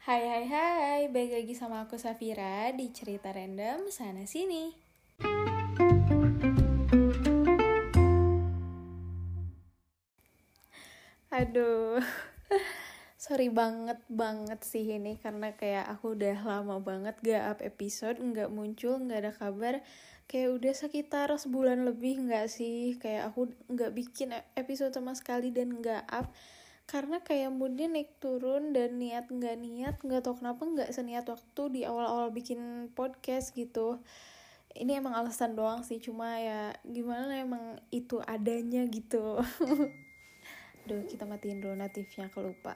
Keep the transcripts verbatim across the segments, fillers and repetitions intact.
Hai hai hai, balik lagi sama aku Safira di cerita random sana sini. Aduh, sorry banget banget sih ini karena kayak aku udah lama banget gak up episode, gak muncul, gak ada kabar. Kayak udah sekitar sebulan lebih gak sih, kayak aku gak bikin episode sama sekali dan gak up. Karena kayak moodnya naik turun dan niat gak niat, gak tau kenapa gak seniat waktu di awal-awal bikin podcast gitu. Ini emang alasan doang sih, cuma ya gimana emang itu adanya gitu. Duh, kita matiin dulu notifnya, aku lupa.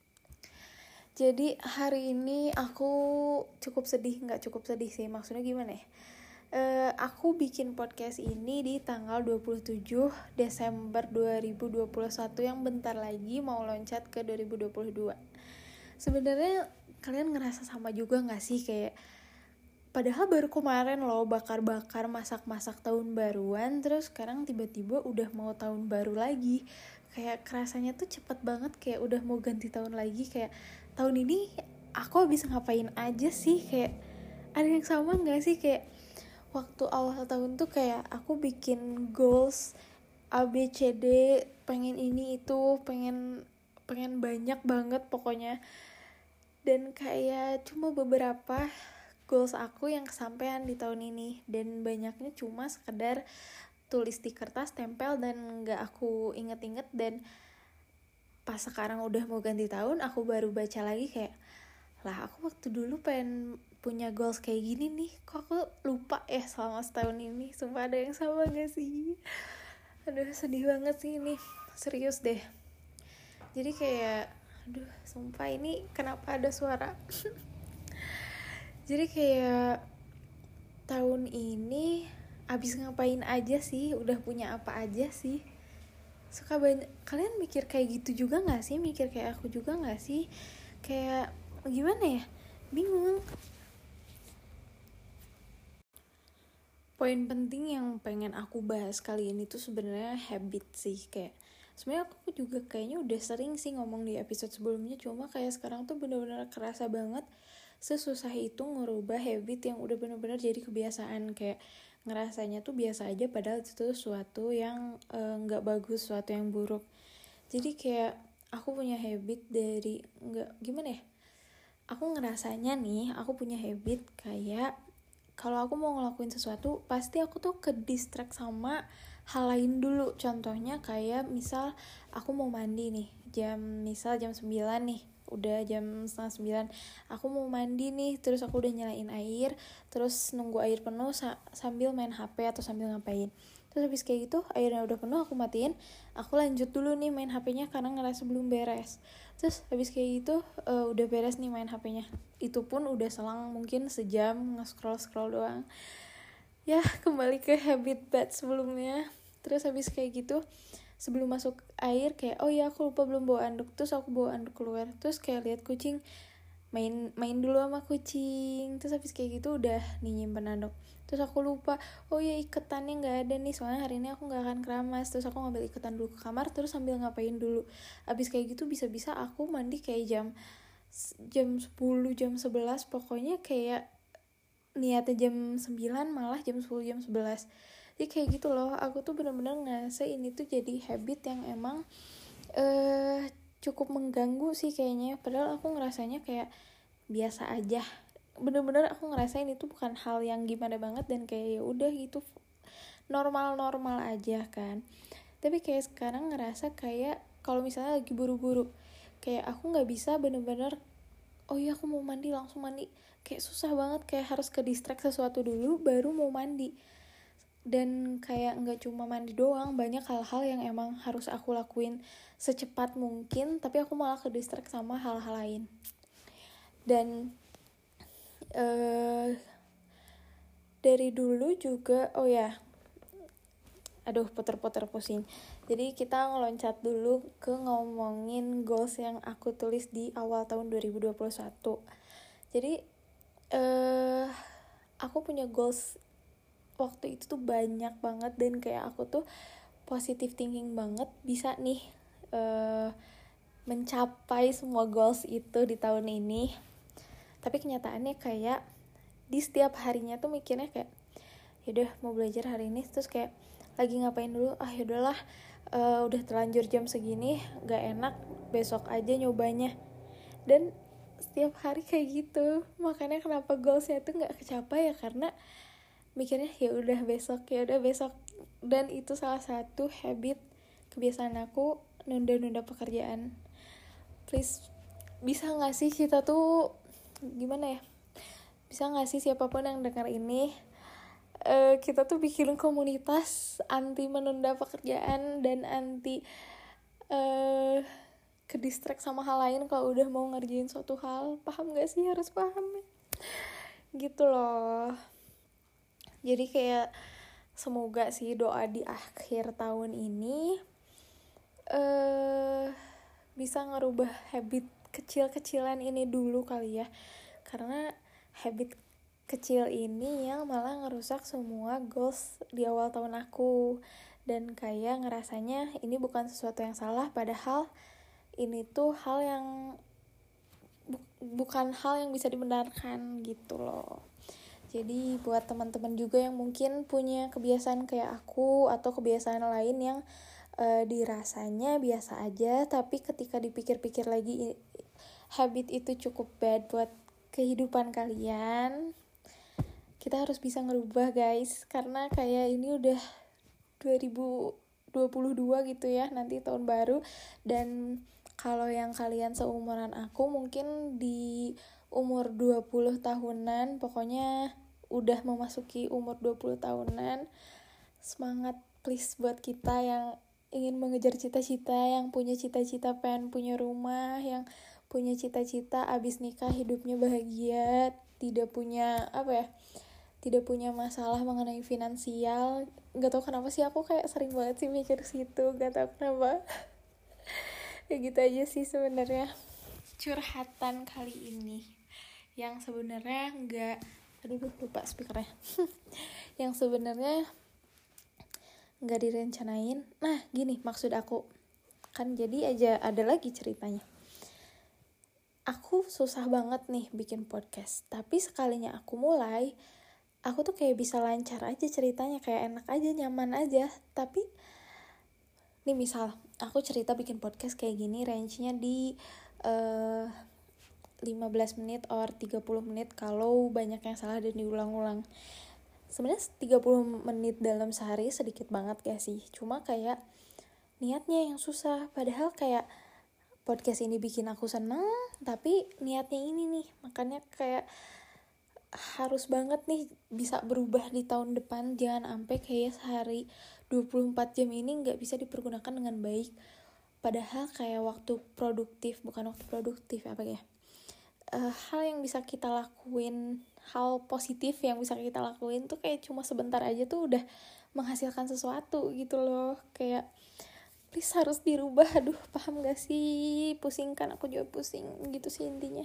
Jadi hari ini aku cukup sedih, nggak cukup sedih sih, maksudnya gimana ya? Uh, aku bikin podcast ini di tanggal dua puluh tujuh Desember dua ribu dua puluh satu yang bentar lagi mau loncat ke dua ribu dua puluh dua. Sebenarnya kalian ngerasa sama juga nggak sih kayak padahal baru kemarin loh bakar-bakar masak-masak tahun baruan, terus sekarang tiba-tiba udah mau tahun baru lagi. Kayak kerasanya tuh cepet banget, kayak udah mau ganti tahun lagi. Kayak tahun ini aku habis ngapain aja sih, kayak ada yang sama gak sih? Kayak waktu awal tahun tuh kayak aku bikin goals A B C D, pengen ini itu, pengen pengen banyak banget pokoknya. Dan kayak cuma beberapa goals aku yang kesampaian di tahun ini, dan banyaknya cuma sekedar tulis di kertas, tempel, dan gak aku inget-inget. Dan pas sekarang udah mau ganti tahun, aku baru baca lagi kayak, lah aku waktu dulu pengen punya goals kayak gini nih, kok aku lupa ya selama setahun ini. Sumpah ada yang sama gak sih? Aduh sedih banget sih ini, serius deh. Jadi kayak, aduh sumpah ini kenapa ada suara. Jadi kayak tahun ini abis ngapain aja sih, udah punya apa aja sih. Suka banyak, kalian mikir kayak gitu juga gak sih? Mikir kayak aku juga gak sih? Kayak gimana ya, bingung. Poin penting yang pengen aku bahas kali ini tuh sebenarnya habit sih. Kayak sebenarnya aku juga kayaknya udah sering sih ngomong di episode sebelumnya, cuma kayak sekarang tuh benar-benar kerasa banget sesusah itu ngerubah habit yang udah benar-benar jadi kebiasaan. Kayak ngerasanya tuh biasa aja padahal itu tuh sesuatu yang nggak uh, bagus, sesuatu yang buruk. Jadi kayak aku punya habit dari nggak gimana ya, aku ngerasanya nih aku punya habit kayak kalau aku mau ngelakuin sesuatu pasti aku tuh ke distract sama hal lain dulu. Contohnya kayak misal aku mau mandi nih, jam misal jam sembilan nih, udah jam setengah sembilan, aku mau mandi nih, terus aku udah nyalain air, terus nunggu air penuh sa- sambil main H P atau sambil ngapain. Terus habis kayak gitu airnya udah penuh, aku matiin, aku lanjut dulu nih main H P-nya karena ngerasa belum beres. Terus habis kayak gitu uh, udah beres nih main H P-nya, itu pun udah selang mungkin sejam nge-scroll-scroll doang. Ya kembali ke habit bad sebelumnya. Terus habis kayak gitu sebelum masuk air kayak oh ya aku lupa belum bawa anduk, terus aku bawa anduk keluar, terus kayak lihat kucing, main main dulu sama kucing. Terus habis kayak gitu udah nih nyimpen anduk, terus aku lupa oh ya iketannya nggak ada nih soalnya hari ini aku nggak akan keramas. Terus aku ngambil iketan dulu ke kamar, terus sambil ngapain dulu. Habis kayak gitu bisa-bisa aku mandi kayak jam jam sepuluh, jam sebelas, pokoknya kayak niatnya jam sembilan malah jam sepuluh, jam sebelas. Jadi kayak gitu loh, aku tuh benar-benar ngerasa ini tuh jadi habit yang emang uh, cukup mengganggu sih kayaknya. Padahal aku ngerasanya kayak biasa aja, bener-bener aku ngerasain itu bukan hal yang gimana banget, dan kayak ya udah gitu normal-normal aja kan. Tapi kayak sekarang ngerasa kayak kalau misalnya lagi buru-buru, kayak aku nggak bisa bener-bener oh iya aku mau mandi langsung mandi, kayak susah banget, kayak harus ke distract sesuatu dulu baru mau mandi. Dan kayak nggak cuma mandi doang, banyak hal-hal yang emang harus aku lakuin secepat mungkin, tapi aku malah ke distract sama hal-hal lain. Dan uh, dari dulu juga oh ya aduh puter-puter pusing. Jadi kita ngeloncat dulu ke ngomongin goals yang aku tulis di awal tahun dua ribu dua puluh satu. Jadi uh, aku punya goals waktu itu tuh banyak banget, dan kayak aku tuh positive thinking banget bisa nih uh, mencapai semua goals itu di tahun ini. Tapi kenyataannya kayak di setiap harinya tuh mikirnya kayak yaudah mau belajar hari ini, terus kayak lagi ngapain dulu, ah yaudahlah uh, udah terlanjur jam segini gak enak, besok aja nyobanya. Dan setiap hari kayak gitu, makanya kenapa goalsnya tuh nggak kecapai ya karena mikirnya ya udah besok ya udah besok. Dan itu salah satu habit kebiasaan aku, nunda-nunda pekerjaan. Please, bisa nggak sih kita tuh gimana ya, bisa nggak sih siapapun yang dengar ini, uh, kita tuh bikin komunitas anti menunda pekerjaan dan anti uh, ke distract sama hal lain kalau udah mau ngerjain suatu hal. Paham gak sih? Harus paham ya gitu loh. Jadi kayak semoga sih doa di akhir tahun ini uh, bisa ngerubah habit kecil-kecilan ini dulu kali ya, karena habit kecil ini yang malah ngerusak semua goals di awal tahun aku. Dan kayak ngerasanya ini bukan sesuatu yang salah, padahal ini tuh hal yang bu- bukan hal yang bisa dibenarkan gitu loh. Jadi buat teman-teman juga yang mungkin punya kebiasaan kayak aku atau kebiasaan lain yang uh, dirasanya biasa aja, tapi ketika dipikir-pikir lagi habit itu cukup bad buat kehidupan kalian, kita harus bisa ngerubah guys, karena kayak ini udah dua ribu dua puluh dua gitu ya, nanti tahun baru. Dan kalau yang kalian seumuran aku mungkin di umur dua puluh tahunan, pokoknya udah memasuki umur dua puluh tahunan, semangat please buat kita yang ingin mengejar cita-cita, yang punya cita-cita pengen punya rumah, yang punya cita-cita abis nikah hidupnya bahagia, tidak punya apa ya, tidak punya masalah mengenai finansial. Gak tau kenapa sih aku kayak sering banget sih mikir situ, gak tau kenapa. Ya gitu aja sih sebenarnya curhatan kali ini, yang sebenarnya nggak, aduh lupa speakernya, yang sebenarnya nggak direncanain. Nah gini maksud aku, kan jadi aja ada lagi ceritanya. Aku susah banget nih bikin podcast, tapi sekalinya aku mulai, aku tuh kayak bisa lancar aja ceritanya, kayak enak aja, nyaman aja. Tapi nih misal aku cerita bikin podcast kayak gini, range-nya di uh, lima belas menit or tiga puluh menit kalau banyak yang salah dan diulang-ulang. Sebenarnya tiga puluh menit dalam sehari sedikit banget gak sih? Cuma kayak niatnya yang susah. Padahal kayak podcast ini bikin aku seneng, tapi niatnya ini nih, makanya kayak harus banget nih bisa berubah di tahun depan. Jangan sampai kayak sehari dua puluh empat jam ini gak bisa dipergunakan dengan baik. Padahal kayak waktu produktif, bukan waktu produktif apa ya, uh, hal yang bisa kita lakuin, hal positif yang bisa kita lakuin tuh kayak cuma sebentar aja tuh udah menghasilkan sesuatu gitu loh. Kayak please harus dirubah. Aduh paham gak sih? Pusing kan, aku juga pusing gitu sih intinya.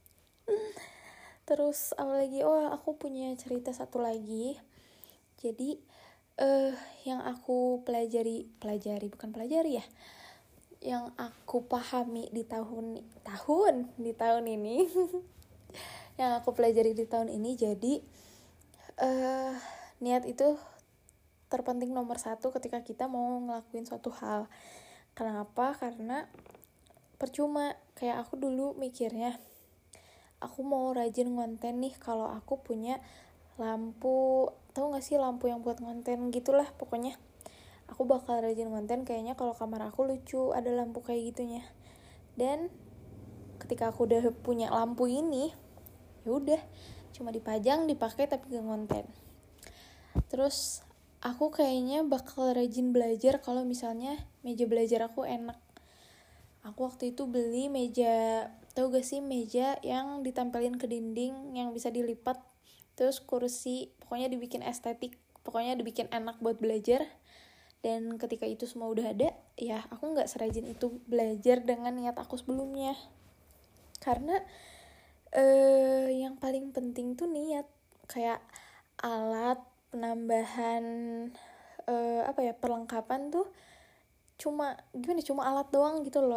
Terus apalagi, oh aku punya cerita satu lagi. Jadi uh, yang aku pelajari pelajari bukan pelajari ya yang aku pahami di tahun tahun di tahun ini yang aku pelajari di tahun ini. Jadi uh, niat itu terpenting nomor satu ketika kita mau ngelakuin suatu hal. Kenapa? Karena percuma, kayak aku dulu mikirnya aku mau rajin konten nih kalau aku punya lampu, tahu nggak sih lampu yang buat konten gitulah pokoknya. Aku bakal rajin konten kayaknya kalau kamar aku lucu ada lampu kayak gitunya. Dan ketika aku udah punya lampu ini, ya udah cuma dipajang, dipakai tapi gak konten. Terus aku kayaknya bakal rajin belajar kalau misalnya meja belajar aku enak. Aku waktu itu beli meja, tahu gak sih meja yang ditempelin ke dinding yang bisa dilipat, terus kursi, pokoknya dibikin estetik, pokoknya dibikin enak buat belajar. Dan ketika itu semua udah ada, ya aku gak serajin itu belajar dengan niat aku sebelumnya. Karena eh, yang paling penting tuh niat. Kayak alat, penambahan, eh, apa ya, perlengkapan tuh cuma, gimana, cuma alat doang gitu loh.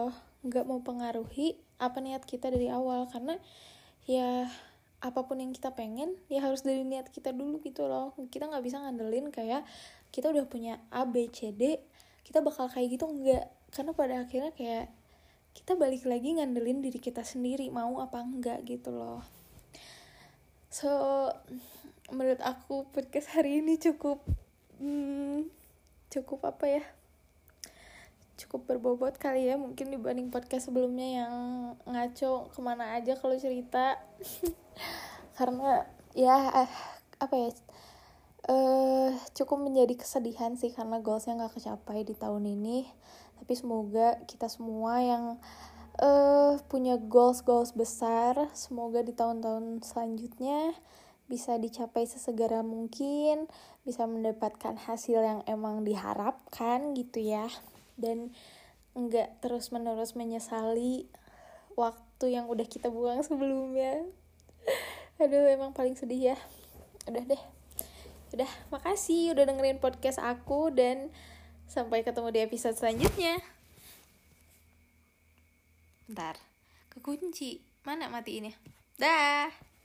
nggak mau pengaruhi apa niat kita dari awal, karena ya apapun yang kita pengen ya harus dari niat kita dulu gitu loh. Kita nggak bisa ngandelin kayak kita udah punya A B C D kita bakal kayak gitu, enggak, karena pada akhirnya kayak kita balik lagi ngandelin diri kita sendiri mau apa enggak gitu loh. So menurut aku podcast hari ini cukup hmm, cukup apa ya cukup berbobot kali ya, mungkin dibanding podcast sebelumnya yang ngaco kemana aja kalau cerita. Karena ya eh, apa ya eh, cukup menjadi kesedihan sih karena goalsnya nggak kecapai di tahun ini. Tapi semoga kita semua yang eh, punya goals goals besar, semoga di tahun-tahun selanjutnya bisa dicapai sesegera mungkin, bisa mendapatkan hasil yang emang diharapkan gitu ya, dan enggak terus-menerus menyesali waktu yang udah kita buang sebelumnya. Aduh, emang paling sedih ya. Udah deh. Udah, makasih udah dengerin podcast aku, dan sampai ketemu di episode selanjutnya. Bentar, kekunci. Mana matiin ya? Dah.